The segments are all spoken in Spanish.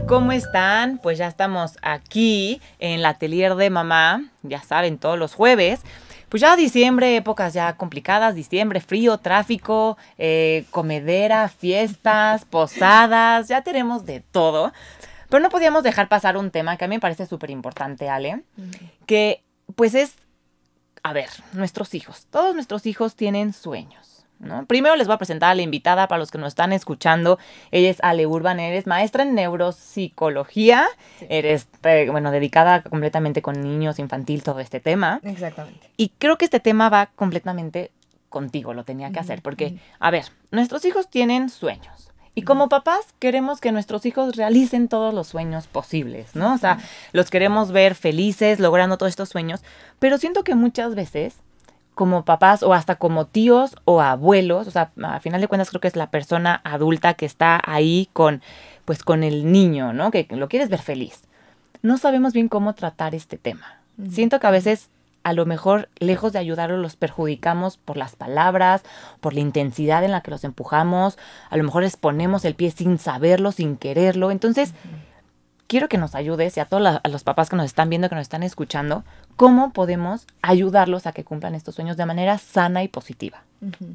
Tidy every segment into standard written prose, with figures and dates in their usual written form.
¿Cómo están? Pues ya estamos aquí en la Atelier de Mamá, ya saben, todos los jueves. Pues ya diciembre, épocas ya complicadas, diciembre, frío, tráfico, comedera, fiestas, posadas, ya tenemos de todo. Pero no podíamos dejar pasar un tema que a mí me parece súper importante, Ale, que pues es, a ver, nuestros hijos. Todos nuestros hijos tienen sueños, ¿no? Primero les voy a presentar a la invitada para los que nos están escuchando. Ella es Ale Urban, eres maestra en neuropsicología, sí. Eres, dedicada completamente con niños, infantil, todo este tema. Exactamente. Y creo que este tema va completamente contigo, lo tenía que hacer, porque, a ver, nuestros hijos tienen sueños. Y como papás queremos que nuestros hijos realicen todos los sueños posibles, ¿no? O sea, los queremos ver felices, logrando todos estos sueños, pero siento que muchas veces como papás o hasta como tíos o abuelos, o sea, a final de cuentas creo que es la persona adulta que está ahí con el niño, ¿no? Que lo quieres ver feliz. No sabemos bien cómo tratar este tema. Siento que a veces, a lo mejor, lejos de ayudarlos, los perjudicamos por las palabras, por la intensidad en la que los empujamos. A lo mejor les ponemos el pie sin saberlo, sin quererlo. Entonces, quiero que nos ayudes, y a todos a los papás que nos están viendo, que nos están escuchando, cómo podemos ayudarlos a que cumplan estos sueños de manera sana y positiva.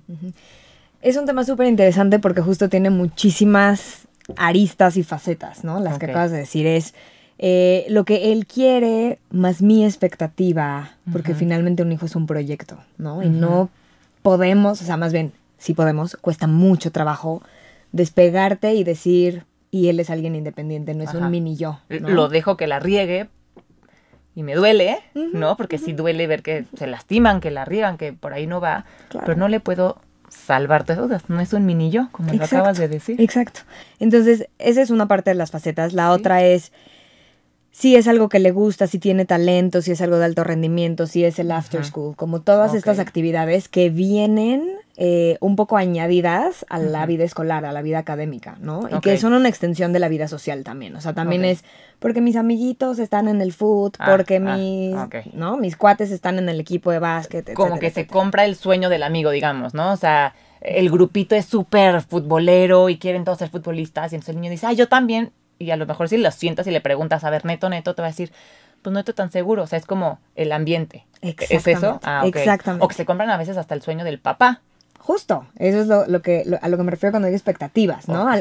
Es un tema súper interesante porque justo tiene muchísimas aristas y facetas, ¿no? Las que acabas de decir es lo que él quiere más mi expectativa, porque finalmente un hijo es un proyecto, ¿no? Y no podemos, o sea, más bien, sí podemos, cuesta mucho trabajo despegarte y decir, y él es alguien independiente, no es un mini yo, ¿no? Lo dejo que la riegue y me duele, ¿no? Porque sí duele ver que se lastiman, que la riegan, que por ahí no va, claro. Pero no le puedo salvar de dudas, no es un mini yo, como lo acabas de decir. Exacto. Entonces, esa es una parte de las facetas. La otra es, si es algo que le gusta, si tiene talento, si es algo de alto rendimiento, si es el after school, como todas estas actividades que vienen un poco añadidas a la vida escolar, a la vida académica, ¿no? Y que son una extensión de la vida social también. O sea, también es porque mis amiguitos están en el foot, porque mis cuates están en el equipo de básquet, como etcétera, que se compra el sueño del amigo, digamos, ¿no? O sea, el grupito es súper futbolero y quieren todos ser futbolistas y entonces el niño dice, yo también. Y a lo mejor si lo sientas y le preguntas, a ver, Neto, te va a decir, pues no estoy tan seguro. O sea, es como el ambiente. ¿Es eso? Exactamente. O que se compran a veces hasta el sueño del papá. Justo. Eso es a lo que me refiero cuando digo expectativas, ¿no?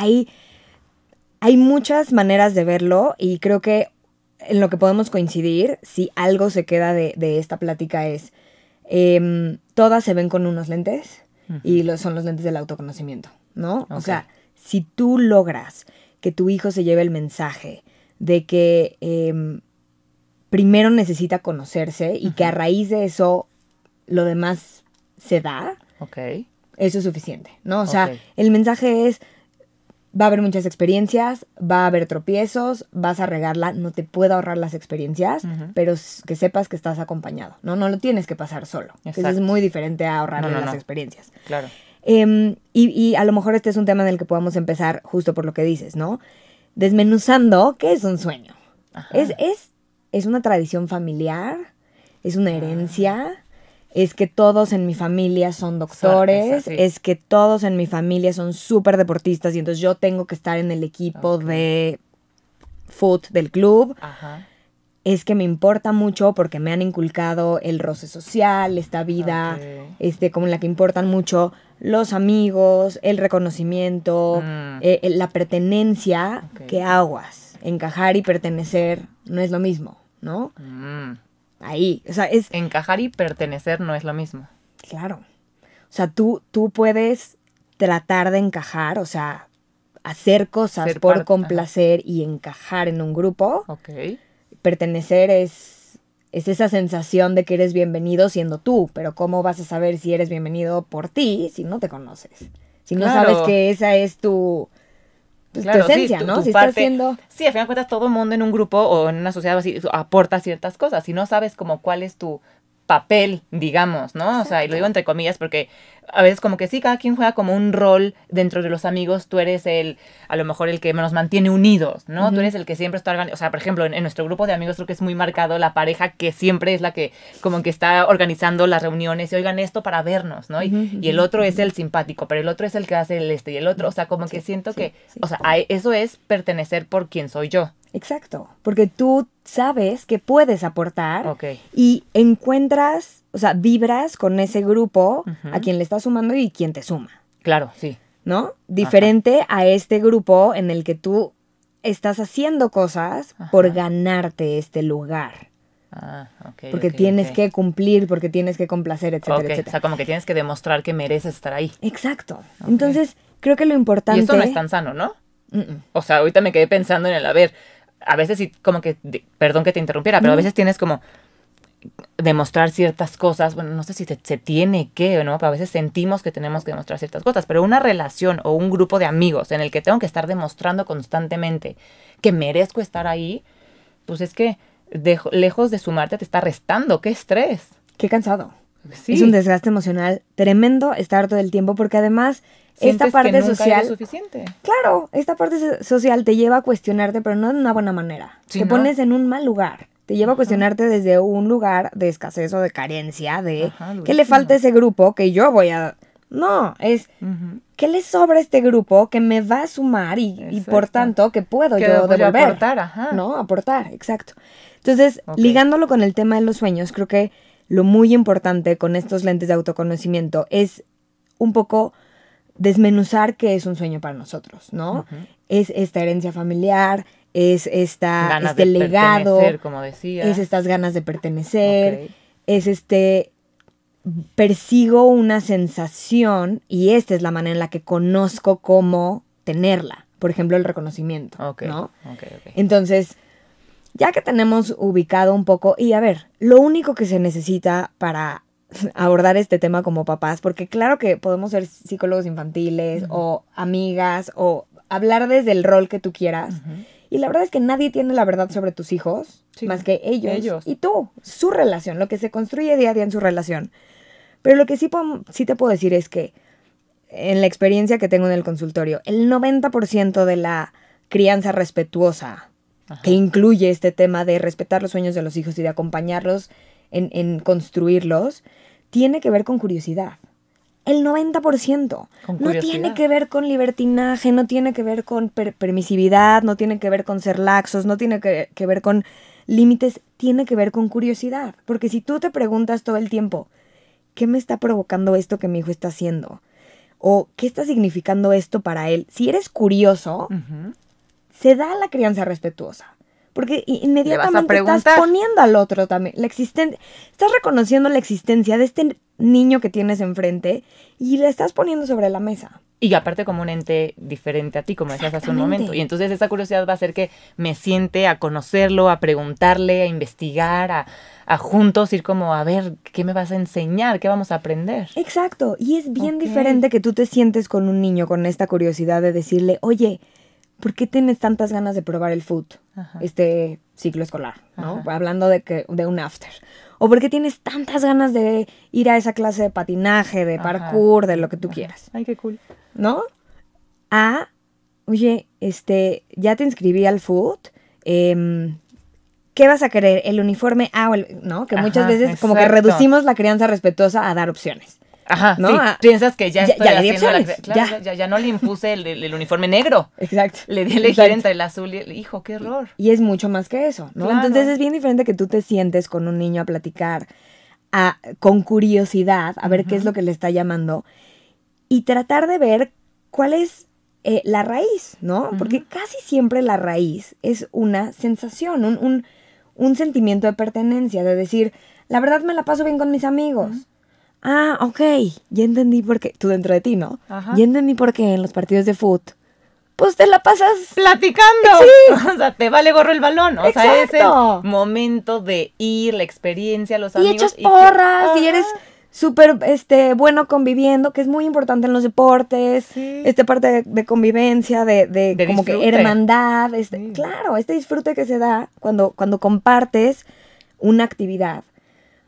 Hay muchas maneras de verlo y creo que en lo que podemos coincidir, si algo se queda de esta plática es, todas se ven con unos lentes y son los lentes del autoconocimiento, ¿no? O sea, si tú logras que tu hijo se lleve el mensaje de que primero necesita conocerse y que a raíz de eso lo demás se da, eso es suficiente, ¿no? O sea, el mensaje es, va a haber muchas experiencias, va a haber tropiezos, vas a regarla, no te puedo ahorrar las experiencias, pero que sepas que estás acompañado, ¿no? No lo tienes que pasar solo. Eso es muy diferente a ahorrarle las experiencias. Claro. Y a lo mejor este es un tema en el que podamos empezar justo por lo que dices, ¿no? Desmenuzando, ¿qué es un sueño? Es una tradición familiar, es una herencia, es que todos en mi familia son doctores, es que todos en mi familia son súper deportistas y entonces yo tengo que estar en el equipo de foot del club. Es que me importa mucho porque me han inculcado el roce social, esta vida como en la que importan mucho los amigos, el reconocimiento, la pertenencia, que aguas. Encajar y pertenecer no es lo mismo, ¿no? Ahí, o sea, es... Encajar y pertenecer no es lo mismo. Claro. O sea, tú puedes tratar de encajar, o sea, hacer cosas por complacer y encajar en un grupo. Pertenecer es esa sensación de que eres bienvenido siendo tú, pero ¿cómo vas a saber si eres bienvenido por ti si no te conoces? Si no sabes que esa es tu esencia, ¿no? Si parte, estás siendo... Sí, al final de cuentas todo el mundo en un grupo o en una sociedad así aporta ciertas cosas. Si no sabes como cuál es tu papel, digamos, ¿no? Exacto. O sea, y lo digo entre comillas porque a veces como que sí, cada quien juega como un rol dentro de los amigos. Tú eres a lo mejor el que nos mantiene unidos, ¿no? Tú eres el que siempre está organizando. O sea, por ejemplo, en nuestro grupo de amigos creo que es muy marcado la pareja que siempre es la que como que está organizando las reuniones y oigan esto para vernos, ¿no? Y el otro es el simpático, pero el otro es el que hace y el otro, o sea, como que siento que, o sea, eso es pertenecer por quien soy yo. Exacto, porque tú sabes que puedes aportar Okay. y encuentras, o sea, vibras con ese grupo a quien le estás sumando y quien te suma. Claro, sí. ¿No? Diferente a este grupo en el que tú estás haciendo cosas por ganarte este lugar. Porque tienes que cumplir, porque tienes que complacer, etcétera, etcétera. O sea, como que tienes que demostrar que mereces estar ahí. Exacto. Entonces, creo que lo importante... Y eso no es tan sano, ¿no? O sea, ahorita me quedé pensando en a veces sí, como que, perdón que te interrumpiera, pero a veces tienes como demostrar ciertas cosas, bueno, no sé si se tiene que, ¿no? Pero a veces sentimos que tenemos que demostrar ciertas cosas, pero una relación o un grupo de amigos en el que tengo que estar demostrando constantemente que merezco estar ahí, pues es que lejos de sumarte te está restando. ¡Qué estrés! ¡Qué cansado! Sí. Es un desgaste emocional tremendo estar todo el tiempo porque además esta parte que nunca social es suficiente. Claro, esta parte social te lleva a cuestionarte, pero no de una buena manera. Sí, te ¿no? pones en un mal lugar. Te lleva a cuestionarte desde un lugar de escasez o de carencia, de ¿qué le falta a ese grupo que yo voy a...? No, es ¿qué le sobra a este grupo que me va a sumar y por tanto que puedo yo devolver? Aportar, ¿no? Aportar, exacto. Entonces, ligándolo con el tema de los sueños, creo que lo muy importante con estos lentes de autoconocimiento es un poco desmenuzar qué es un sueño para nosotros, ¿no? Es esta herencia familiar, es este legado, como decías. es estas ganas de pertenecer, es persigo una sensación y esta es la manera en la que conozco cómo tenerla. Por ejemplo, el reconocimiento, ¿no? Entonces, ya que tenemos ubicado un poco, y a ver, lo único que se necesita para abordar este tema como papás, porque claro que podemos ser psicólogos infantiles o amigas o hablar desde el rol que tú quieras. Y la verdad es que nadie tiene la verdad sobre tus hijos, más que ellos y tú, su relación, lo que se construye día a día en su relación. Pero lo que sí te puedo decir es que en la experiencia que tengo en el consultorio, el 90% de la crianza respetuosa, que incluye este tema de respetar los sueños de los hijos y de acompañarlos en construirlos, tiene que ver con curiosidad. El 90%. No tiene que ver con libertinaje, no tiene que ver con permisividad, no tiene que ver con ser laxos, no tiene que ver con límites, tiene que ver con curiosidad. Porque si tú te preguntas todo el tiempo, ¿qué me está provocando esto que mi hijo está haciendo? ¿O qué está significando esto para él? Si eres curioso, se da la crianza respetuosa. Porque inmediatamente estás poniendo al otro también. Estás reconociendo la existencia de este niño que tienes enfrente y le estás poniendo sobre la mesa. Y aparte como un ente diferente a ti, como decías hace un momento. Y entonces esa curiosidad va a hacer que me siente a conocerlo, a preguntarle, a investigar, a juntos ir como a ver qué me vas a enseñar, qué vamos a aprender. Exacto. Y es bien diferente que tú te sientes con un niño con esta curiosidad de decirle, oye, ¿por qué tienes tantas ganas de probar el food este ciclo escolar? ¿No? Hablando de un after. ¿O por qué tienes tantas ganas de ir a esa clase de patinaje, de parkour, de lo que tú quieras? Ay, qué cool. ¿No? Oye, ya te inscribí al food. ¿Qué vas a querer? ¿El uniforme A o el...? ¿No? Que muchas veces como que reducimos la crianza respetuosa a dar opciones. ¿No? Sí, piensas que ya estoy haciendo ya no le impuse el uniforme negro. Exacto. Le di a elegir entre el azul y el... Hijo, qué error. Y es mucho más que eso, ¿no? Claro. Entonces es bien diferente que tú te sientes con un niño a platicar con curiosidad, a ver qué es lo que le está llamando y tratar de ver cuál es la raíz, ¿no? Porque casi siempre la raíz es una sensación, un sentimiento de pertenencia, de decir, la verdad me la paso bien con mis amigos. Ok, ya entendí por qué, tú dentro de ti, ¿no? Ya entendí por qué en los partidos de fútbol, pues te la pasas platicando. Sí. O sea, te vale gorro el balón. O Exacto. sea, es el momento de ir, la experiencia, los amigos. Y echas porras, y eres súper bueno conviviendo, que es muy importante en los deportes. Sí. Esta parte de convivencia, de como disfrute. Que hermandad. Claro, este disfrute que se da cuando compartes una actividad.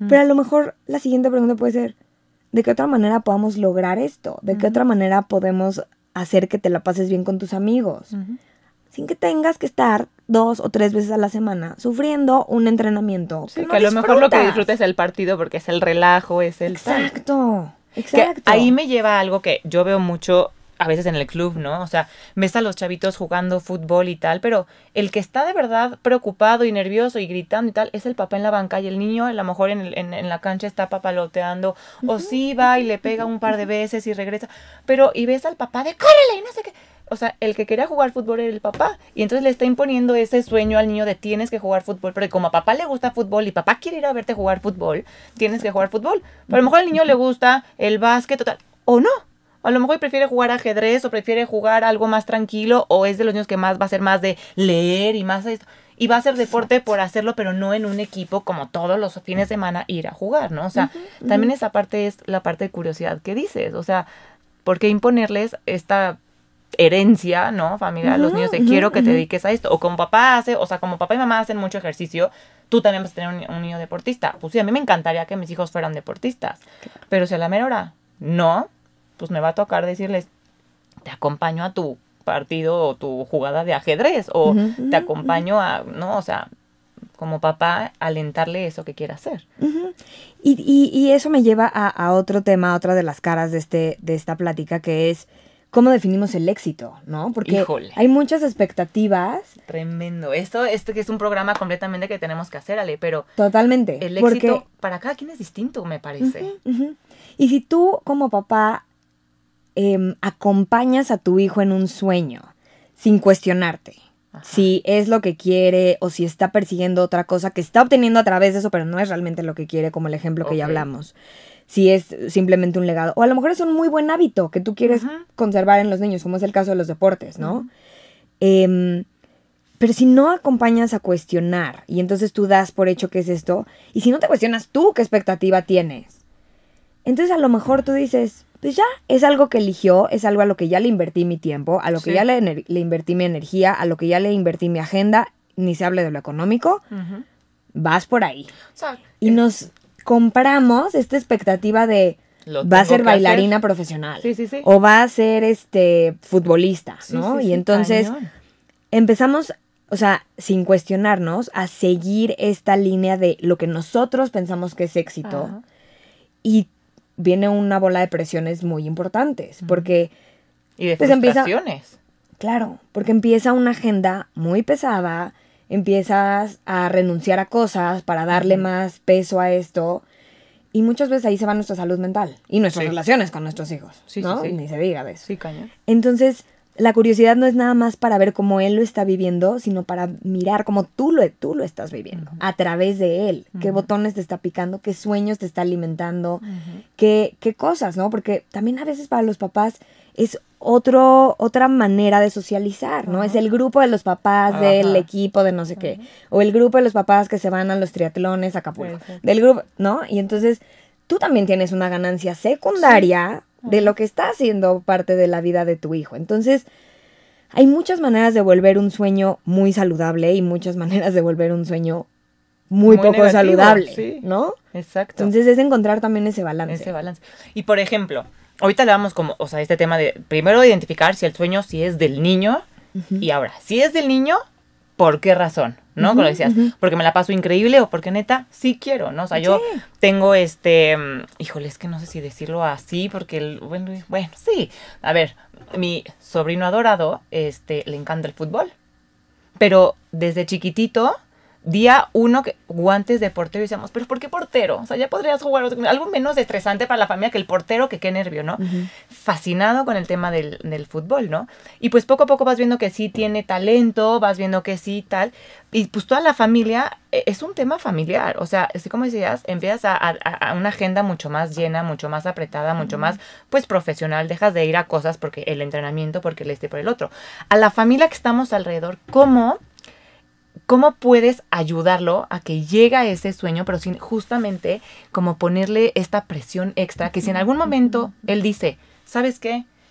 Pero a lo mejor la siguiente pregunta puede ser, ¿de qué otra manera podemos lograr esto? ¿De qué otra manera podemos hacer que te la pases bien con tus amigos? Sin que tengas que estar 2 o 3 veces a la semana sufriendo un entrenamiento. Sí, que a lo mejor lo que disfrutas es el partido porque es el relajo, es el... Exacto. Que ahí me lleva a algo que yo veo mucho a veces en el club, ¿no? O sea, ves a los chavitos jugando fútbol y tal, pero el que está de verdad preocupado y nervioso y gritando y tal es el papá en la banca y el niño a lo mejor en la cancha está papaloteando o sí va y le pega un par de veces y regresa, pero y ves al papá de ¡córrele! No sé qué. O sea, el que quería jugar fútbol era el papá. Y entonces le está imponiendo ese sueño al niño de tienes que jugar fútbol. Pero como a papá le gusta fútbol y papá quiere ir a verte jugar fútbol, tienes que jugar fútbol. Pero a lo mejor al niño le gusta el básquet total. O no. A lo mejor prefiere jugar ajedrez o prefiere jugar algo más tranquilo. O es de los niños que más va a ser más de leer y más esto. Y va a hacer deporte por hacerlo, pero no en un equipo como todos los fines de semana ir a jugar, ¿no? O sea, también esa parte es la parte de curiosidad que dices. O sea, ¿por qué imponerles esta herencia, ¿no? Familiar a los niños de quiero que te dediques a esto? O como papá hace, o sea, como papá y mamá hacen mucho ejercicio, tú también vas a tener un niño deportista. Pues sí, a mí me encantaría que mis hijos fueran deportistas. Claro. Pero si a la mera hora no, pues me va a tocar decirles, te acompaño a tu partido o tu jugada de ajedrez, o te acompaño a, ¿no? O sea, como papá, alentarle eso que quiera hacer. Y eso me lleva a otro tema, a otra de las caras de esta plática, que es ¿cómo definimos el éxito? ¿No? Porque hay muchas expectativas. Tremendo. Esto que es un programa completamente que tenemos que hacer, Ale, pero... Totalmente. El éxito para cada quien es distinto, me parece. Y si tú, como papá, acompañas a tu hijo en un sueño, sin cuestionarte, si es lo que quiere o si está persiguiendo otra cosa que está obteniendo a través de eso, pero no es realmente lo que quiere, como el ejemplo que ya hablamos. Si es simplemente un legado. O a lo mejor es un muy buen hábito que tú quieres conservar en los niños, como es el caso de los deportes, ¿no? Pero si no acompañas a cuestionar y entonces tú das por hecho que es esto, y si no te cuestionas tú qué expectativa tienes, entonces a lo mejor tú dices, pues ya, es algo que eligió, es algo a lo que ya le invertí mi tiempo, a lo que ya le invertí mi energía, a lo que ya le invertí mi agenda, ni se hable de lo económico, vas por ahí. O sea, y nos compramos esta expectativa de va a ser bailarina profesional o va a ser futbolista, ¿no? Y entonces empezamos, o sea, sin cuestionarnos, a seguir esta línea de lo que nosotros pensamos que es éxito. Y viene una bola de presiones muy importantes, porque y de frustraciones. Claro, porque empieza una agenda muy pesada. Empiezas a renunciar a cosas para darle más peso a esto. Y muchas veces ahí se va nuestra salud mental. Y nuestras relaciones con nuestros hijos. ¿No? Ni se diga de eso. Sí, cañón. Entonces, la curiosidad no es nada más para ver cómo él lo está viviendo, sino para mirar cómo tú lo estás viviendo. A través de él. Qué botones te está picando, qué sueños te está alimentando, qué cosas, ¿no? Porque también a veces para los papás es otra manera de socializar, ¿no? Es el grupo de los papás del equipo de no sé qué. O el grupo de los papás que se van a los triatlones a Acapulco. Del grupo, ¿no? Y entonces tú también tienes una ganancia secundaria de lo que está haciendo parte de la vida de tu hijo. Entonces, hay muchas maneras de volver un sueño muy saludable y muchas maneras de volver un sueño muy poco negativo, saludable, ¿no? Exacto. Entonces, es encontrar también ese balance. Ese balance. Y, por ejemplo, ahorita le damos como, o sea, este tema de primero identificar si el sueño si es del niño y ahora, si es del niño, ¿por qué razón? ¿No? Como decías, porque me la paso increíble o porque neta sí quiero, ¿no? O sea, yo tengo híjole, es que no sé si decirlo así porque, bueno, sí. A ver, mi sobrino adorado, le encanta el fútbol, pero desde chiquitito, día 1, guantes de portero, y decíamos, ¿pero por qué portero? O sea, ya podrías jugar algo menos estresante para la familia que el portero, que qué nervio, ¿no? Fascinado con el tema del fútbol, ¿no? Y pues poco a poco vas viendo que sí tiene talento, vas viendo que sí tal, y pues toda la familia, es un tema familiar, o sea, así como decías, empiezas a una agenda mucho más llena, mucho más apretada, mucho más, pues, profesional, dejas de ir a cosas porque el entrenamiento, porque el por el otro. A la familia que estamos alrededor, ¿cómo puedes ayudarlo a que llegue a ese sueño, pero sin justamente como ponerle esta presión extra, que si en algún momento él dice, ¿sabes qué?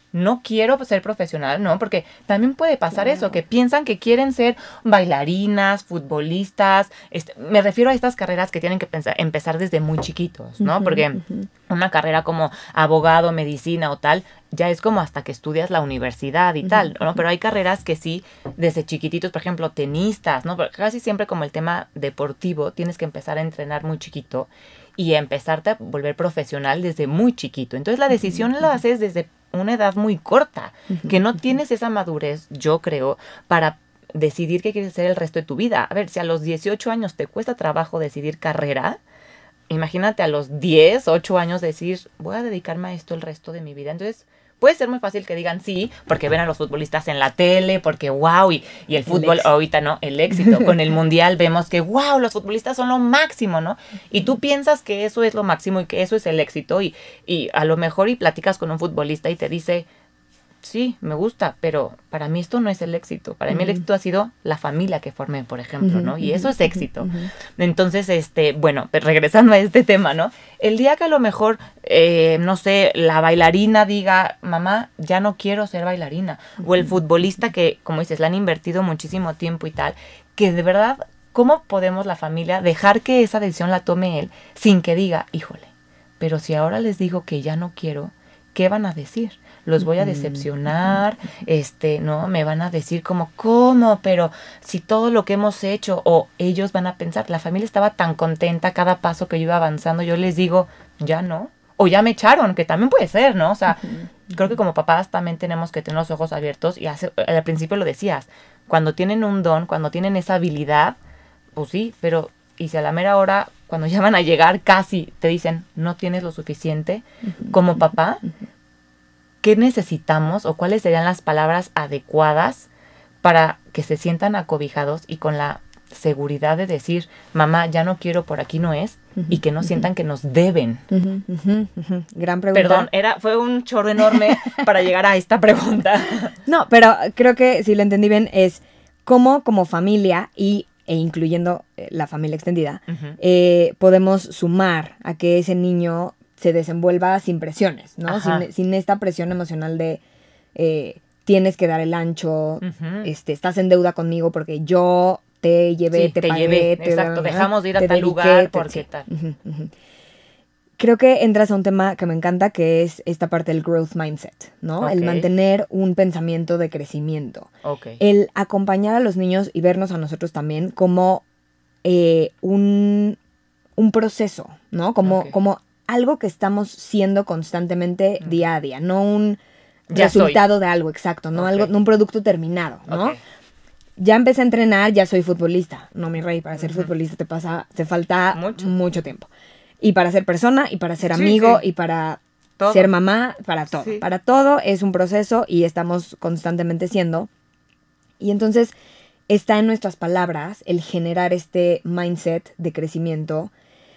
no quiero ser profesional, ¿no? Porque también puede pasar eso, que piensan que quieren ser bailarinas, futbolistas. Me refiero a estas carreras que tienen que empezar desde muy chiquitos, ¿no? Porque una carrera como abogado, medicina o tal, ya es como hasta que estudias la universidad y tal, ¿no? Pero hay carreras que sí, desde chiquititos, por ejemplo, tenistas, ¿no? Pero casi siempre como el tema deportivo, tienes que empezar a entrenar muy chiquito y empezarte a volver profesional desde muy chiquito. Entonces la decisión la haces desde una edad muy corta, que no tienes esa madurez, yo creo, para decidir qué quieres hacer el resto de tu vida. A ver, si a los 18 años te cuesta trabajo decidir carrera, imagínate a los 10, 8 años decir, voy a dedicarme a esto el resto de mi vida. Entonces, puede ser muy fácil que digan sí, porque ven a los futbolistas en la tele, porque wow, y el fútbol ahorita, ¿no? El éxito. Con el mundial vemos que wow, los futbolistas son lo máximo, ¿no? Y tú piensas que eso es lo máximo y que eso es el éxito y a lo mejor y platicas con un futbolista y te dice, sí, me gusta, pero para mí esto no es el éxito. Para mí el éxito ha sido la familia que formé, por ejemplo, ¿no? Y eso es éxito. Entonces, bueno, regresando a este tema, ¿no? El día que a lo mejor, no sé, la bailarina diga, mamá, ya no quiero ser bailarina. O el futbolista que, como dices, le han invertido muchísimo tiempo y tal, que de verdad, ¿cómo podemos la familia dejar que esa decisión la tome él sin que diga, híjole, pero si ahora les digo que ya no quiero, ¿qué van a decir? Los voy a decepcionar, ¿no? Me van a decir como, ¿cómo? Pero si todo lo que hemos hecho, o ellos van a pensar, la familia estaba tan contenta cada paso que yo iba avanzando, yo les digo, ya no, o ya me echaron, que también puede ser, ¿no? O sea, creo que como papás también tenemos que tener los ojos abiertos, y al principio lo decías, cuando tienen un don, cuando tienen esa habilidad, pues sí, pero y si a la mera hora, cuando ya van a llegar casi, te dicen, no tienes lo suficiente, como papá, ¿qué necesitamos o cuáles serían las palabras adecuadas para que se sientan acobijados y con la seguridad de decir, mamá, ya no quiero, por aquí no es, y que no sientan que nos deben? Gran pregunta. Perdón, fue un chorro enorme para llegar a esta pregunta. No, pero creo que si lo entendí bien es cómo como familia e incluyendo la familia extendida, podemos sumar a que ese niño se desenvuelva sin presiones, ¿no? Sin esta presión emocional de tienes que dar el ancho, estás en deuda conmigo porque yo te llevé, te pagué. Exacto, dejamos de ir a tal lugar porque tal. Creo que entras a un tema que me encanta, que es esta parte del growth mindset, ¿no? El mantener un pensamiento de crecimiento. El acompañar a los niños y vernos a nosotros también como un proceso, ¿no? Como algo que estamos siendo constantemente día a día, no un resultado de algo exacto, no algo, no un producto terminado, ¿no? Ya empecé a entrenar, ya soy futbolista. No, mi rey, para ser futbolista te falta mucho tiempo. Y para ser persona, y para ser amigo, y para ser mamá, para todo. Sí. Para todo es un proceso y estamos constantemente siendo. Y entonces está en nuestras palabras el generar este mindset de crecimiento.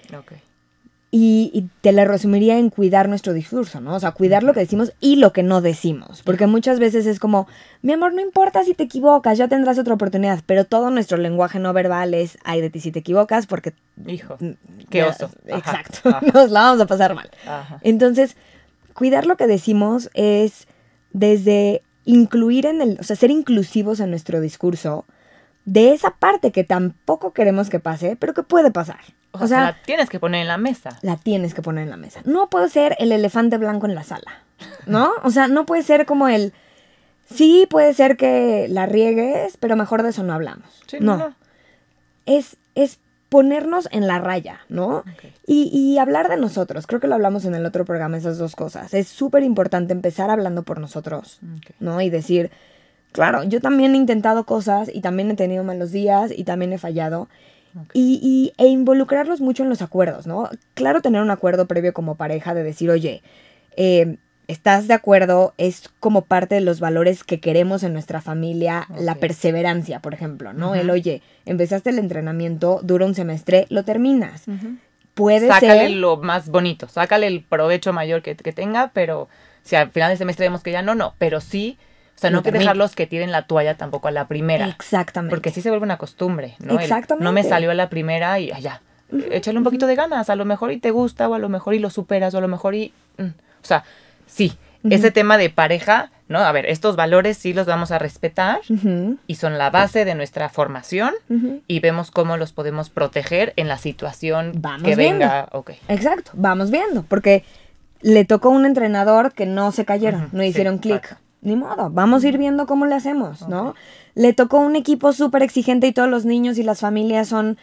Y te la resumiría en cuidar nuestro discurso, ¿no? O sea, cuidar lo que decimos y lo que no decimos. Porque muchas veces es como, mi amor, no importa si te equivocas, ya tendrás otra oportunidad. Pero todo nuestro lenguaje no verbal es, ay de ti si te equivocas, porque... Hijo, qué oso. Exacto, nos la vamos a pasar mal. Entonces, cuidar lo que decimos es desde incluir o sea, ser inclusivos en nuestro discurso de esa parte que tampoco queremos que pase, pero que puede pasar. O sea, la tienes que poner en la mesa. La tienes que poner en la mesa. No puede ser el elefante blanco en la sala, ¿no? O sea, no puede ser como el... Sí, puede ser que la riegues, pero mejor de eso no hablamos. Sí, no. Es ponernos en la raya, ¿no? Y hablar de nosotros. Creo que lo hablamos en el otro programa, esas dos cosas. Es súper importante empezar hablando por nosotros, ¿no? Y decir, claro, yo también he intentado cosas y también he tenido malos días y también he fallado. E involucrarlos mucho en los acuerdos, ¿no? Claro, tener un acuerdo previo como pareja de decir, oye, ¿estás de acuerdo? Es como parte de los valores que queremos en nuestra familia, la perseverancia, por ejemplo, ¿no? El, oye, empezaste el entrenamiento, dura un semestre, lo terminas. Puede ser... Sácale lo más bonito, sácale el provecho mayor que tenga, pero si al final del semestre vemos que ya no, pero sí... O sea, no hay que dejarlos que tiren la toalla tampoco a la primera. Exactamente. Porque sí se vuelve una costumbre, ¿no? Exactamente. No me salió a la primera y ya. Échale un poquito de ganas, a lo mejor y te gusta, o a lo mejor y lo superas, o a lo mejor y... O sea, sí, ese tema de pareja, ¿no? A ver, estos valores sí los vamos a respetar y son la base de nuestra formación y vemos cómo los podemos proteger en la situación que venga. Okay. Exacto, vamos viendo, porque le tocó a un entrenador que no se cayeron, no hicieron clic. Ni modo, vamos a ir viendo cómo le hacemos, ¿no? Le tocó un equipo súper exigente y todos los niños y las familias son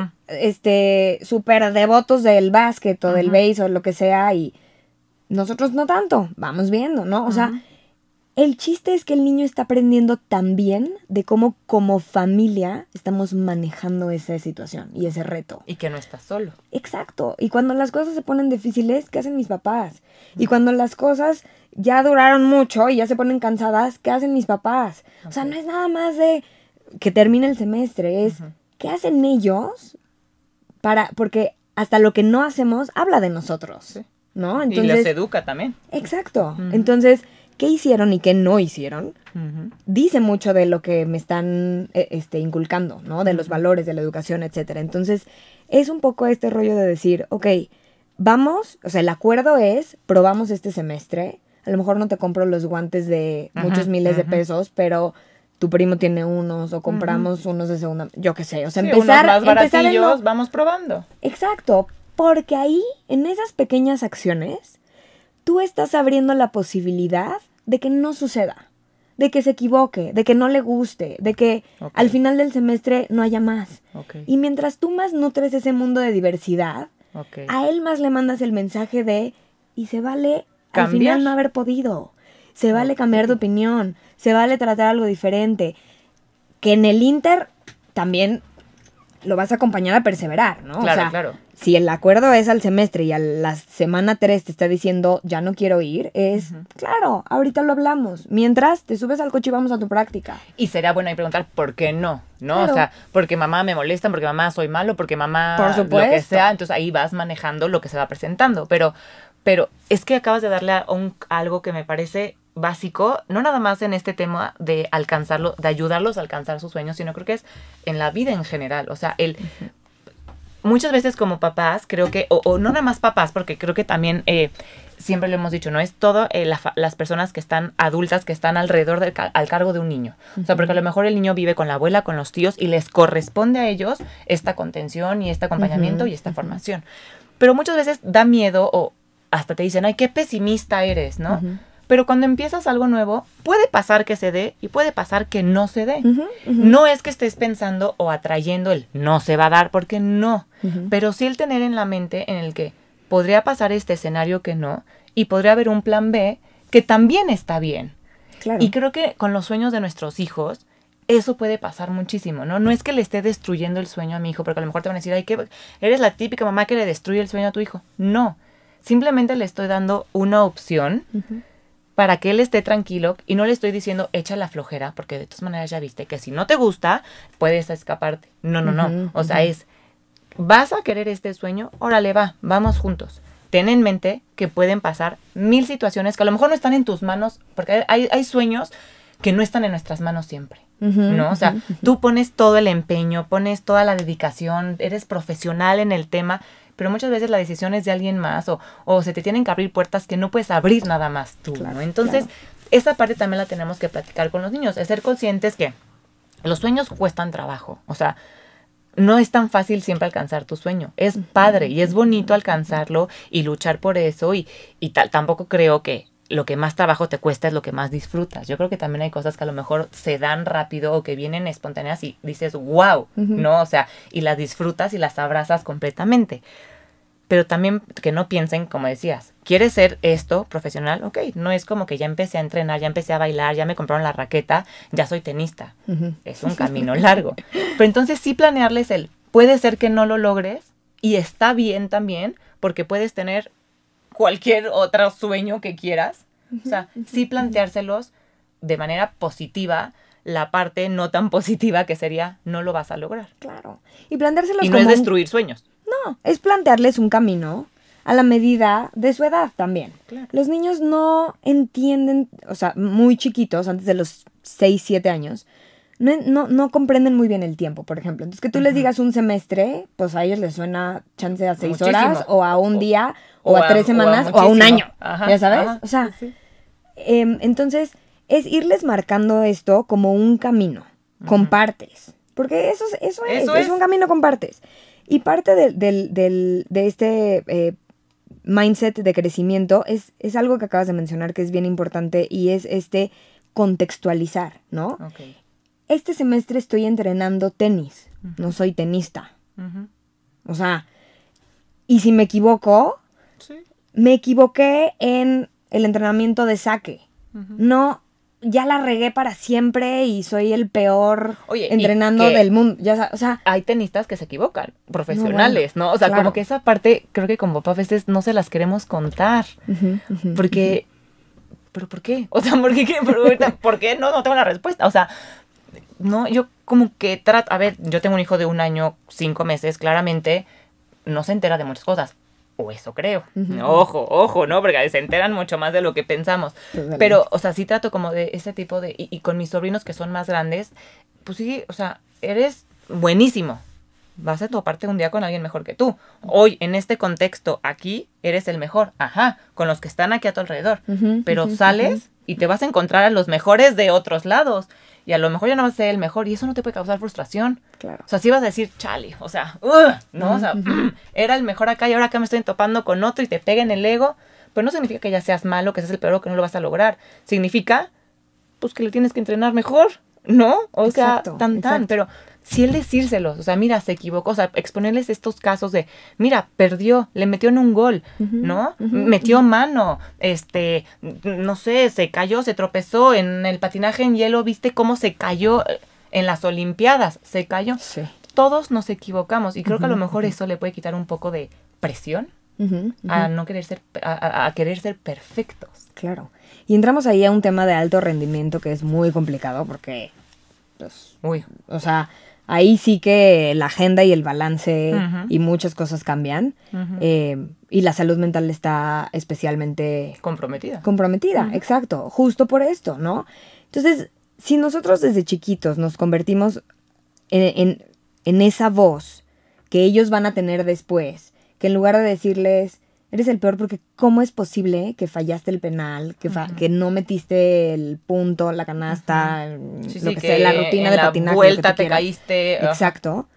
súper devotos del básquet o del béis o lo que sea y nosotros no tanto, vamos viendo, ¿no? O sea, el chiste es que el niño está aprendiendo también de cómo como familia estamos manejando esa situación y ese reto. Y que no estás solo. Exacto. Y cuando las cosas se ponen difíciles, ¿qué hacen mis papás? Y cuando las cosas ya duraron mucho y ya se ponen cansadas, ¿qué hacen mis papás? O sea, no es nada más de que termine el semestre, es ¿qué hacen ellos? Porque hasta lo que no hacemos habla de nosotros, ¿no? Entonces, y los educa también. Exacto. Entonces, ¿qué hicieron y qué no hicieron? Dice mucho de lo que me están inculcando, ¿no? De los valores, de la educación, etcétera. Entonces, es un poco este rollo de decir, ok, vamos, o sea, el acuerdo es, probamos este semestre, a lo mejor no te compro los guantes de muchos miles de pesos, pero tu primo tiene unos o compramos unos de segunda, yo qué sé, o sea, empezar unos más baratillos, vamos probando. Exacto, porque ahí, en esas pequeñas acciones, tú estás abriendo la posibilidad de que no suceda, de que se equivoque, de que no le guste, de que al final del semestre no haya más. Y mientras tú más nutres ese mundo de diversidad, a él más le mandas el mensaje de, y se vale al final no haber podido, se vale cambiar de opinión, se vale tratar algo diferente, que en el Inter también lo vas a acompañar a perseverar, ¿no? Claro, o sea, claro. Si el acuerdo es al semestre y a la semana 3 te está diciendo ya no quiero ir, es claro, ahorita lo hablamos. Mientras te subes al coche y vamos a tu práctica. Y será bueno ahí preguntar por qué no, ¿no? Claro. O sea, porque mamá me molestan, porque mamá soy malo, porque mamá por supuesto. Lo que sea. Entonces ahí vas manejando lo que se va presentando. Pero es que acabas de darle algo que me parece básico, no nada más en este tema de alcanzarlo, de ayudarlos a alcanzar sus sueños, sino creo que es en la vida en general. O sea, muchas veces como papás, creo que, o no nada más papás, porque creo que también siempre lo hemos dicho, ¿no? Es todo las personas que están adultas, que están alrededor al cargo de un niño. O sea, porque a lo mejor el niño vive con la abuela, con los tíos, y les corresponde a ellos esta contención y este acompañamiento y esta formación. Pero muchas veces da miedo o hasta te dicen, ay, qué pesimista eres, ¿no? Pero cuando empiezas algo nuevo, puede pasar que se dé y puede pasar que no se dé. No es que estés pensando o atrayendo el no se va a dar, porque no. Pero sí el tener en la mente en el que podría pasar este escenario que no, y podría haber un plan B que también está bien. Claro. Y creo que con los sueños de nuestros hijos, eso puede pasar muchísimo, ¿no? No es que le esté destruyendo el sueño a mi hijo, porque a lo mejor te van a decir, ay, que eres la típica mamá que le destruye el sueño a tu hijo. No. Simplemente le estoy dando una opción para que él esté tranquilo y no le estoy diciendo echa la flojera, porque de todas maneras ya viste que si no te gusta, puedes escaparte. No. O sea, ¿vas a querer este sueño? Órale, vamos juntos. Ten en mente que pueden pasar 1000 situaciones que a lo mejor no están en tus manos, porque hay sueños que no están en nuestras manos siempre, ¿no? O sea, tú pones todo el empeño, pones toda la dedicación, eres profesional en el tema, pero muchas veces la decisión es de alguien más o se te tienen que abrir puertas que no puedes abrir nada más tú, claro, ¿no? Entonces, esa parte también la tenemos que platicar con los niños, es ser conscientes que los sueños cuestan trabajo, o sea, no es tan fácil siempre alcanzar tu sueño, es padre y es bonito alcanzarlo y luchar por eso y tampoco creo que lo que más trabajo te cuesta es lo que más disfrutas. Yo creo que también hay cosas que a lo mejor se dan rápido o que vienen espontáneas y dices, wow, ¿no? O sea, y las disfrutas y las abrazas completamente. Pero también que no piensen, como decías, ¿quieres ser esto profesional? Ok, no es como que ya empecé a entrenar, ya empecé a bailar, ya me compraron la raqueta, ya soy tenista. Es un camino largo. Pero entonces sí planearles puede ser que no lo logres y está bien también porque puedes tener cualquier otro sueño que quieras. O sea, sí planteárselos de manera positiva, la parte no tan positiva que sería no lo vas a lograr. Claro. Y planteárselos y no es destruir sueños. No, es plantearles un camino a la medida de su edad también. Claro. Los niños no entienden, o sea, muy chiquitos, antes de los 6, 7 años, no comprenden muy bien el tiempo, por ejemplo. Entonces, que tú les digas un semestre, pues a ellos les suena chance a 6 horas, o a un día, o a 3 semanas, o a un año. Ajá, ¿ya sabes? O sea, Entonces, es irles marcando esto como un camino, con partes. Porque eso es un camino con partes. Y parte de este mindset de crecimiento es algo que acabas de mencionar que es bien importante y es contextualizar, ¿no? Okay. Este semestre estoy entrenando tenis, no soy tenista. O sea, y si me equivoco, me equivoqué en el entrenamiento de saque. No, ya la regué para siempre y soy el peor entrenando del mundo. Ya, o sea, hay tenistas que se equivocan, profesionales, ¿no? O sea, claro. Como que esa parte, creo que como papá a veces no se las queremos contar. Porque, ¿pero por qué? O sea, ¿por qué? No tengo la respuesta. O sea, no, yo como que trato, a ver, yo tengo un hijo de 1 año, 5 meses, claramente no se entera de muchas cosas. O eso creo. Ojo, ¿no? Porque se enteran mucho más de lo que pensamos. Totalmente. Pero, o sea, sí trato como de ese tipo de... Y con mis sobrinos que son más grandes, pues sí, o sea, eres buenísimo. Vas a toparte un día con alguien mejor que tú. Hoy, en este contexto, aquí, eres el mejor. Ajá, con los que están aquí a tu alrededor. Pero sales y te vas a encontrar a los mejores de otros lados. Y a lo mejor ya no vas a ser el mejor y eso no te puede causar frustración. Claro. O sea, sí vas a decir, chale, o sea, ¿no? O sea, era el mejor acá y ahora acá me estoy topando con otro y te pega en el ego. Pero no significa que ya seas malo, que seas el peor o que no lo vas a lograr. Significa, pues, que le tienes que entrenar mejor, ¿no? O sea, tan. Pero sí el decírselos, o sea, mira, se equivocó. O sea, exponerles estos casos de, mira, perdió, le metió en un gol, ¿no? Metió mano, no sé, se cayó, se tropezó en el patinaje en hielo, ¿viste cómo se cayó en las Olimpiadas? Se cayó. Sí. Todos nos equivocamos y creo que a lo mejor eso le puede quitar un poco de presión a no querer ser, a querer ser perfectos. Claro. Y entramos ahí a un tema de alto rendimiento que es muy complicado porque, pues, o sea, ahí sí que la agenda y el balance y muchas cosas cambian. Y la salud mental está especialmente... Comprometida, exacto. Justo por esto, ¿no? Entonces, si nosotros desde chiquitos nos convertimos en esa voz que ellos van a tener después, que en lugar de decirles, eres el peor porque ¿cómo es posible que fallaste el penal, que no metiste el punto, la canasta, lo que sea, la rutina de patinaje? La vuelta te caíste. Exacto.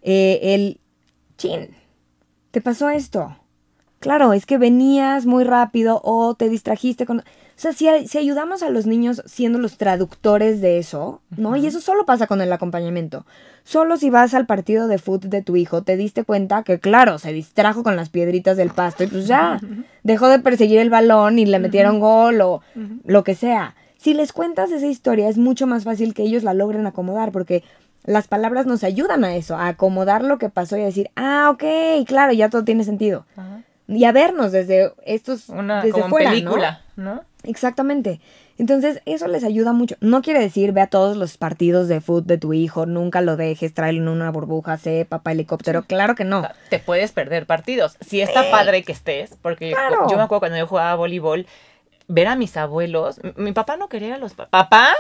Chin, ¿te pasó esto? Claro, es que venías muy rápido o te distrajiste con... O sea, si ayudamos a los niños siendo los traductores de eso, ¿no? Y eso solo pasa con el acompañamiento. Solo si vas al partido de fútbol de tu hijo, te diste cuenta que, claro, se distrajo con las piedritas del pasto y pues ya, dejó de perseguir el balón y le metieron gol o lo que sea. Si les cuentas esa historia, es mucho más fácil que ellos la logren acomodar porque las palabras nos ayudan a eso, a acomodar lo que pasó y a decir, ok, claro, ya todo tiene sentido. Y a vernos desde desde como fuera, película, ¿no? Exactamente. Entonces, eso les ayuda mucho. No quiere decir, ve a todos los partidos de fútbol de tu hijo, nunca lo dejes, tráelo en una burbuja, sé papá helicóptero. Sí. Claro que no. Te puedes perder partidos. Si está padre que estés, porque claro. Yo me acuerdo cuando yo jugaba voleibol, ver a mis abuelos, mi papá no quería a los papá,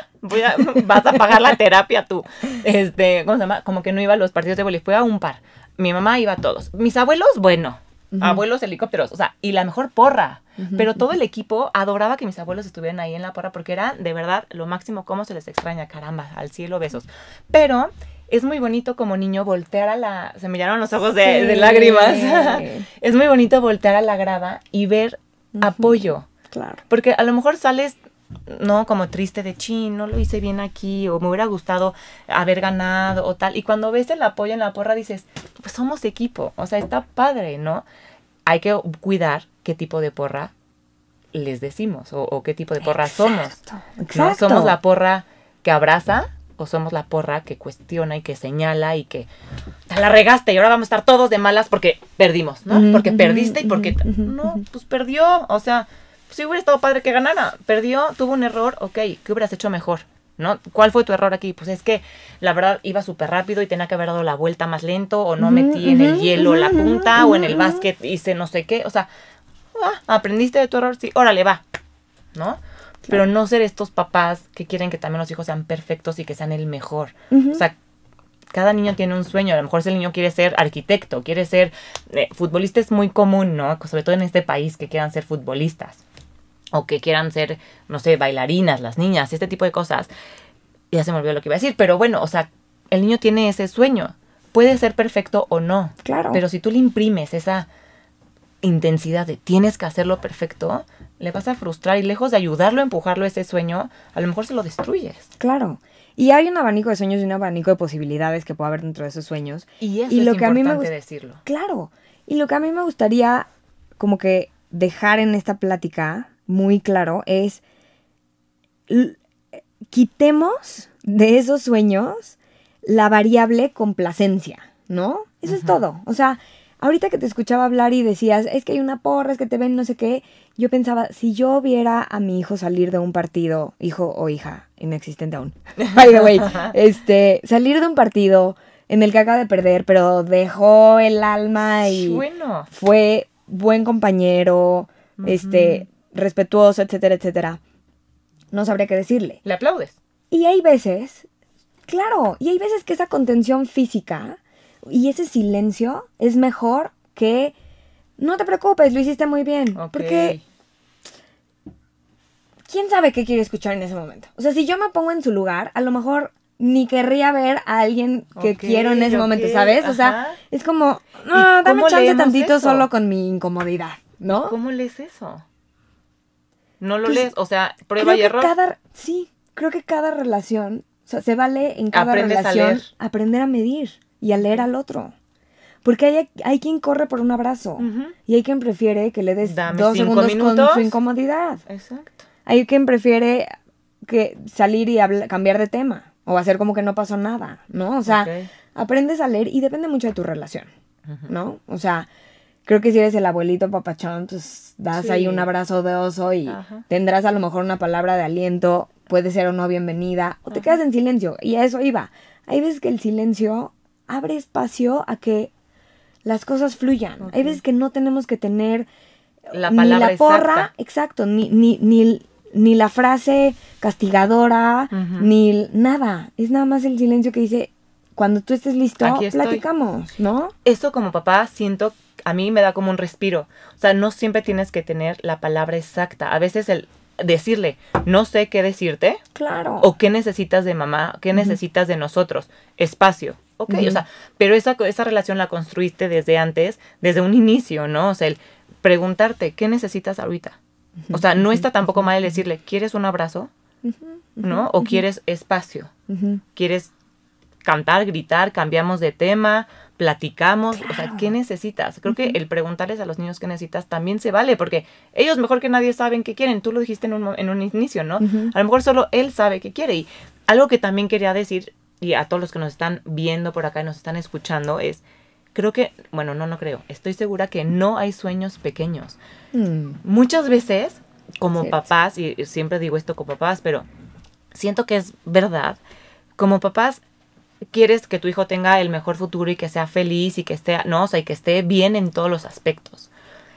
vas a pagar la terapia tú. ¿Cómo se llama? Como que no iba a los partidos de voleibol, fue a un par. Mi mamá iba a todos. Mis abuelos, bueno, abuelos helicópteros, o sea, y la mejor porra. Pero todo el equipo adoraba que mis abuelos estuvieran ahí en la porra porque era de verdad lo máximo. Cómo se les extraña, caramba, al cielo besos. Pero es muy bonito como niño voltear se me llenaron los ojos de lágrimas. Es muy bonito voltear a la grada y ver apoyo. Claro. Porque a lo mejor sales, no, como triste de chin, no lo hice bien aquí, o me hubiera gustado haber ganado, o tal. Y cuando ves el apoyo en la porra dices, pues somos equipo, o sea, está padre, ¿no? Hay que cuidar qué tipo de porra les decimos, o qué tipo de porra somos. Exacto. ¿No? ¿Somos la porra que abraza, o somos la porra que cuestiona y que señala y que te la regaste y ahora vamos a estar todos de malas porque perdimos, ¿no? Porque perdiste y porque... No, pues perdió, o sea... Sí hubiera estado padre que ganara, perdió, tuvo un error, ok, ¿qué hubieras hecho mejor? ¿No? ¿Cuál fue tu error aquí? Pues es que la verdad iba súper rápido y tenía que haber dado la vuelta más lento, o no metí en el hielo la punta, o en el básquet hice no sé qué, o sea, aprendiste de tu error, sí, órale, va, ¿no? Claro. Pero no ser estos papás que quieren que también los hijos sean perfectos y que sean el mejor, o sea, cada niño tiene un sueño. A lo mejor ese niño quiere ser arquitecto, quiere ser futbolista, es muy común, ¿no? Sobre todo en este país que quieran ser futbolistas. o que quieran ser, no sé, bailarinas, las niñas, este tipo de cosas. Ya se me olvidó lo que iba a decir, pero bueno, o sea, el niño tiene ese sueño. Puede ser perfecto o no. Claro. Pero si tú le imprimes esa intensidad de tienes que hacerlo perfecto, le vas a frustrar y lejos de ayudarlo a empujarlo a ese sueño, a lo mejor se lo destruyes. Claro. Y hay un abanico de sueños y un abanico de posibilidades que puede haber dentro de esos sueños. Y eso y es lo que a mí importante decirlo. Claro. Y lo que a mí me gustaría como que dejar en esta plática muy claro es quitemos de esos sueños la variable complacencia, ¿no? Eso es todo. O sea, ahorita que te escuchaba hablar y decías, es que hay una porra, es que te ven no sé qué, yo pensaba, si yo viera a mi hijo salir de un partido, hijo o hija, inexistente aún, by the way, salir de un partido en el que acaba de perder, pero dejó el alma y bueno, fue buen compañero, respetuoso, etcétera, etcétera, no sabría qué decirle. ¿Le aplaudes? Y hay veces, claro, y hay veces que esa contención física y ese silencio es mejor que no te preocupes, lo hiciste muy bien. Okay. Porque ¿quién sabe qué quiere escuchar en ese momento? O sea, si yo me pongo en su lugar, a lo mejor ni querría ver a alguien que quiero en ese momento, ¿sabes? O sea, es como, no, dame chance tantito eso? Solo con mi incomodidad, ¿no? ¿Y cómo lees eso? No lo pues, lees, o sea, prueba y error. Sí, creo que cada relación, o sea, se vale en cada relación aprender a medir y a leer al otro. Porque hay quien corre por un abrazo y hay quien prefiere que le des 2 segundos con su incomodidad. Exacto. Hay quien prefiere que salir y cambiar de tema o hacer como que no pasó nada, ¿no? O sea, aprendes a leer y depende mucho de tu relación, ¿no? O sea, creo que si eres el abuelito papachón, pues das ahí un abrazo de oso y tendrás a lo mejor una palabra de aliento, puede ser o no bienvenida, o te quedas en silencio, y a eso iba. Hay veces que el silencio abre espacio a que las cosas fluyan. Hay veces que no tenemos que tener la palabra ni la porra, exacto, ni la frase castigadora, ni nada. Es nada más el silencio que dice, cuando tú estés listo, platicamos, ¿no? Eso como papá siento, a mí me da como un respiro. O sea, no siempre tienes que tener la palabra exacta. A veces el decirle, no sé qué decirte. Claro. O qué necesitas de mamá, qué necesitas de nosotros. Espacio. Ok, o sea, pero esa relación la construiste desde antes, desde un inicio, ¿no? O sea, el preguntarte, ¿qué necesitas ahorita? O sea, no está tampoco mal el decirle, ¿quieres un abrazo? ¿No? O ¿quieres espacio? ¿Quieres cantar, gritar, cambiamos de tema, platicamos? Claro. O sea, ¿qué necesitas? Creo que el preguntarles a los niños qué necesitas también se vale, porque ellos mejor que nadie saben qué quieren. Tú lo dijiste en un inicio, ¿no? A lo mejor solo él sabe qué quiere. Y algo que también quería decir, y a todos los que nos están viendo por acá y nos están escuchando, es, creo que, bueno, no creo, estoy segura que no hay sueños pequeños. Muchas veces, como papás, y siempre digo esto como papás, pero siento que es verdad, como papás, quieres que tu hijo tenga el mejor futuro y que sea feliz y que esté, no, o sea, y que esté bien en todos los aspectos.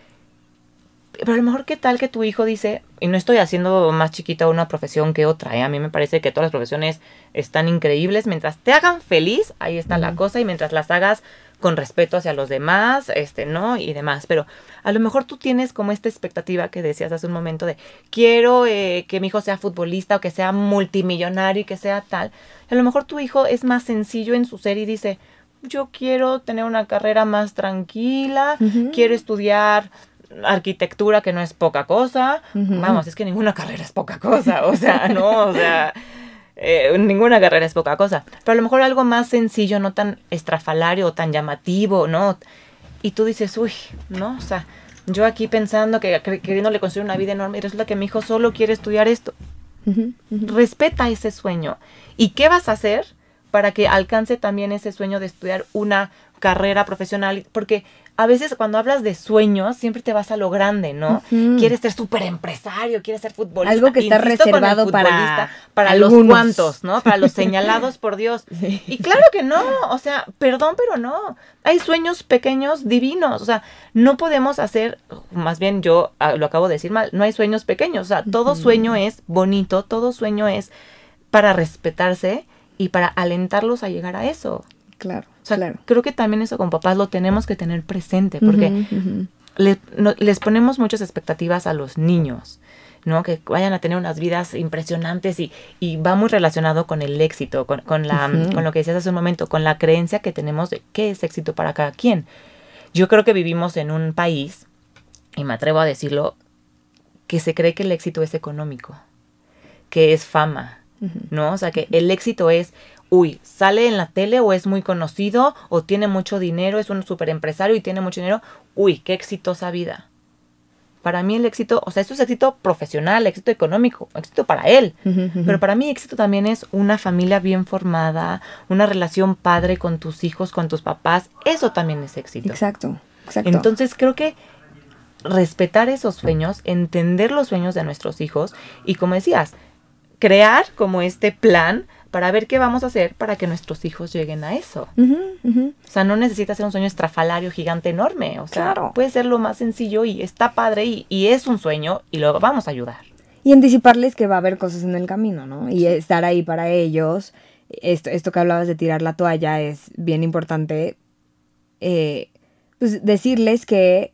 Pero a lo mejor, ¿qué tal que tu hijo dice, y no estoy haciendo más chiquita una profesión que otra, a mí me parece que todas las profesiones están increíbles, mientras te hagan feliz, ahí está la cosa, y mientras las hagas con respeto hacia los demás, ¿no? Y demás, pero a lo mejor tú tienes como esta expectativa que decías hace un momento de, quiero que mi hijo sea futbolista o que sea multimillonario y que sea tal. A lo mejor tu hijo es más sencillo en su ser y dice, yo quiero tener una carrera más tranquila, quiero estudiar arquitectura, que no es poca cosa. Vamos, es que ninguna carrera es poca cosa, o sea, no, o sea, ninguna carrera es poca cosa, pero a lo mejor algo más sencillo, no tan estrafalario o tan llamativo, ¿no? Y tú dices, uy, ¿no? O sea, yo aquí pensando que queriéndole construir una vida enorme y resulta que mi hijo solo quiere estudiar esto. Respeta ese sueño. ¿Y qué vas a hacer para que alcance también ese sueño de estudiar una carrera profesional? Porque a veces cuando hablas de sueños, siempre te vas a lo grande, ¿no? Quieres ser súper empresario, quieres ser futbolista. Algo que está reservado para los cuantos, ¿no? Para los señalados por Dios. Sí. Y claro que no, o sea, perdón, pero no. Hay sueños pequeños divinos, o sea, no podemos hacer, más bien yo lo acabo de decir mal, no hay sueños pequeños, o sea, todo sueño es bonito, todo sueño es para respetarse y para alentarlos a llegar a eso. Claro, o sea, claro. Creo que también eso con papás lo tenemos que tener presente, porque les ponemos muchas expectativas a los niños. ¿no? Que vayan a tener unas vidas impresionantes y va muy relacionado con el éxito, con lo que decías hace un momento, con la creencia que tenemos de qué es éxito para cada quien. Yo creo que vivimos en un país, y me atrevo a decirlo, que se cree que el éxito es económico, que es fama, ¿no? O sea, que el éxito es, sale en la tele o es muy conocido o tiene mucho dinero, es un súper empresario y tiene mucho dinero. Qué exitosa vida. Para mí el éxito, o sea, esto es éxito profesional, éxito económico, éxito para él. Pero para mí éxito también es una familia bien formada, una relación padre con tus hijos, con tus papás. Eso también es éxito. Exacto. Entonces creo que respetar esos sueños, entender los sueños de nuestros hijos y, como decías, crear como este plan para ver qué vamos a hacer para que nuestros hijos lleguen a eso. O sea, no necesita ser un sueño estrafalario, gigante, enorme. O sea, puede ser lo más sencillo y está padre y es un sueño y lo vamos a ayudar. Y anticiparles que va a haber cosas en el camino, ¿no? Y estar ahí para ellos. Esto que hablabas de tirar la toalla es bien importante. Pues decirles que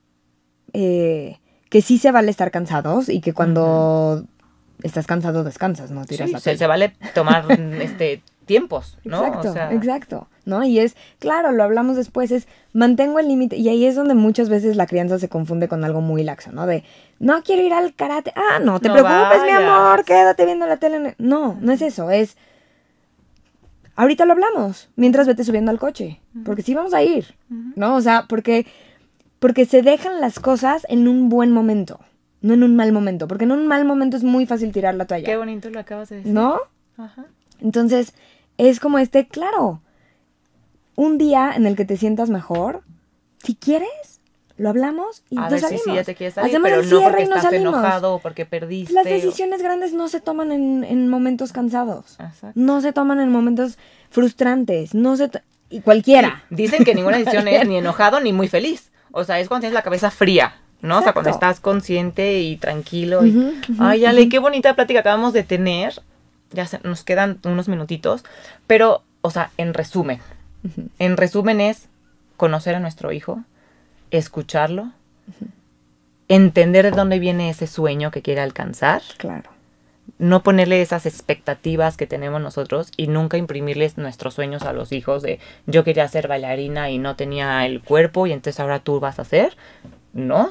sí se vale estar cansados y que cuando estás cansado descansas, ¿no? Tiras la toalla. Se vale tomar tiempos, ¿no? Exacto, ¿no? Y es, claro, lo hablamos después, es mantengo el límite. Y ahí es donde muchas veces la crianza se confunde con algo muy laxo, ¿no? De, no quiero ir al karate. No te preocupes, mi amor, quédate viendo la tele. No es eso, es... Ahorita lo hablamos, mientras vete subiendo al coche. Porque sí vamos a ir, ¿no? O sea, porque se dejan las cosas en un buen momento, no en un mal momento. Porque en un mal momento es muy fácil tirar la toalla. Qué bonito lo acabas de decir. ¿No? Ajá. Entonces, es como claro, un día en el que te sientas mejor, si quieres, lo hablamos y a nos ver salimos. si ya te quieres salir, hacemos pero el no cierre porque y nos estás salimos. enojado o porque perdiste. Las decisiones grandes no se toman en momentos cansados. Exacto. No se toman en momentos frustrantes. Y cualquiera. Sí, dicen que ninguna decisión es ni enojado ni muy feliz. O sea, es cuando tienes la cabeza fría, ¿no? Exacto. O sea, cuando estás consciente y tranquilo. Ay, Ale, qué bonita plática acabamos de tener. Ya nos quedan unos minutitos. Pero, o sea, en resumen. En resumen es conocer a nuestro hijo, escucharlo, entender de dónde viene ese sueño que quiere alcanzar. Claro. No ponerle esas expectativas que tenemos nosotros y nunca imprimirles nuestros sueños a los hijos de yo quería ser bailarina y no tenía el cuerpo y entonces ahora tú vas a hacer. No.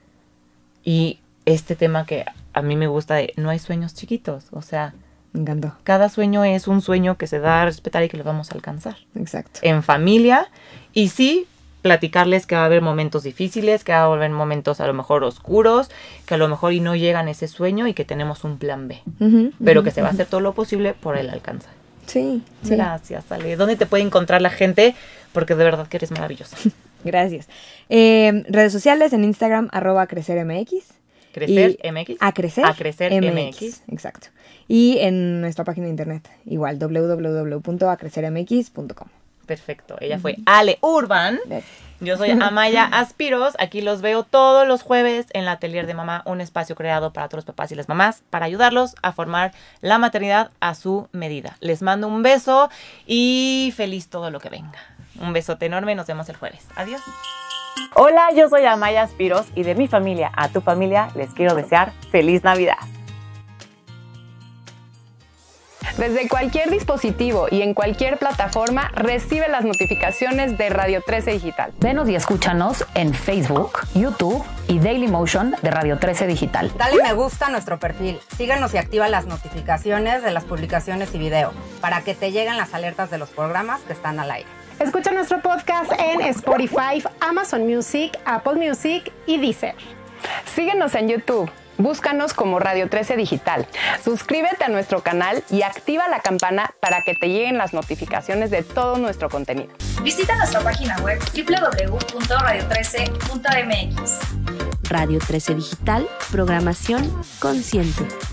Y este tema que a mí me gusta de no hay sueños chiquitos. O sea, me encantó. Cada sueño es un sueño que se da a respetar y que lo vamos a alcanzar. Exacto. En familia. Y sí, platicarles que va a haber momentos difíciles, que va a haber momentos a lo mejor oscuros, que a lo mejor y no llegan a ese sueño y que tenemos un plan B. Pero que se va a hacer todo lo posible por el alcance. Sí. Gracias, Ale. ¿Dónde te puede encontrar la gente? Porque de verdad que eres maravillosa. Gracias. Redes sociales en Instagram, @crecermx. ¿Crecer MX? A crecer MX. Exacto. Y en nuestra página de internet, igual, www.acrecermx.com. Perfecto. Ella fue Ale Urban. Gracias. Yo soy Amaya Aspiros. Aquí los veo todos los jueves en la Atelier de Mamá, un espacio creado para todos los papás y las mamás para ayudarlos a formar la maternidad a su medida. Les mando un beso y feliz todo lo que venga. Un besote enorme. Nos vemos el jueves. Adiós. Hola, yo soy Amaya Aspiros y de mi familia a tu familia les quiero desear feliz Navidad. Desde cualquier dispositivo y en cualquier plataforma, recibe las notificaciones de Radio 13 Digital. Venos y escúchanos en Facebook, YouTube y Dailymotion de Radio 13 Digital. Dale me gusta a nuestro perfil, síguenos y activa las notificaciones de las publicaciones y video para que te lleguen las alertas de los programas que están al aire. Escucha nuestro podcast en Spotify, Amazon Music, Apple Music y Deezer. Síguenos en YouTube. Búscanos como Radio 13 Digital. Suscríbete a nuestro canal y activa la campana para que te lleguen las notificaciones de todo nuestro contenido. Visita nuestra página web www.radio13.mx. Radio 13 Digital, programación consciente.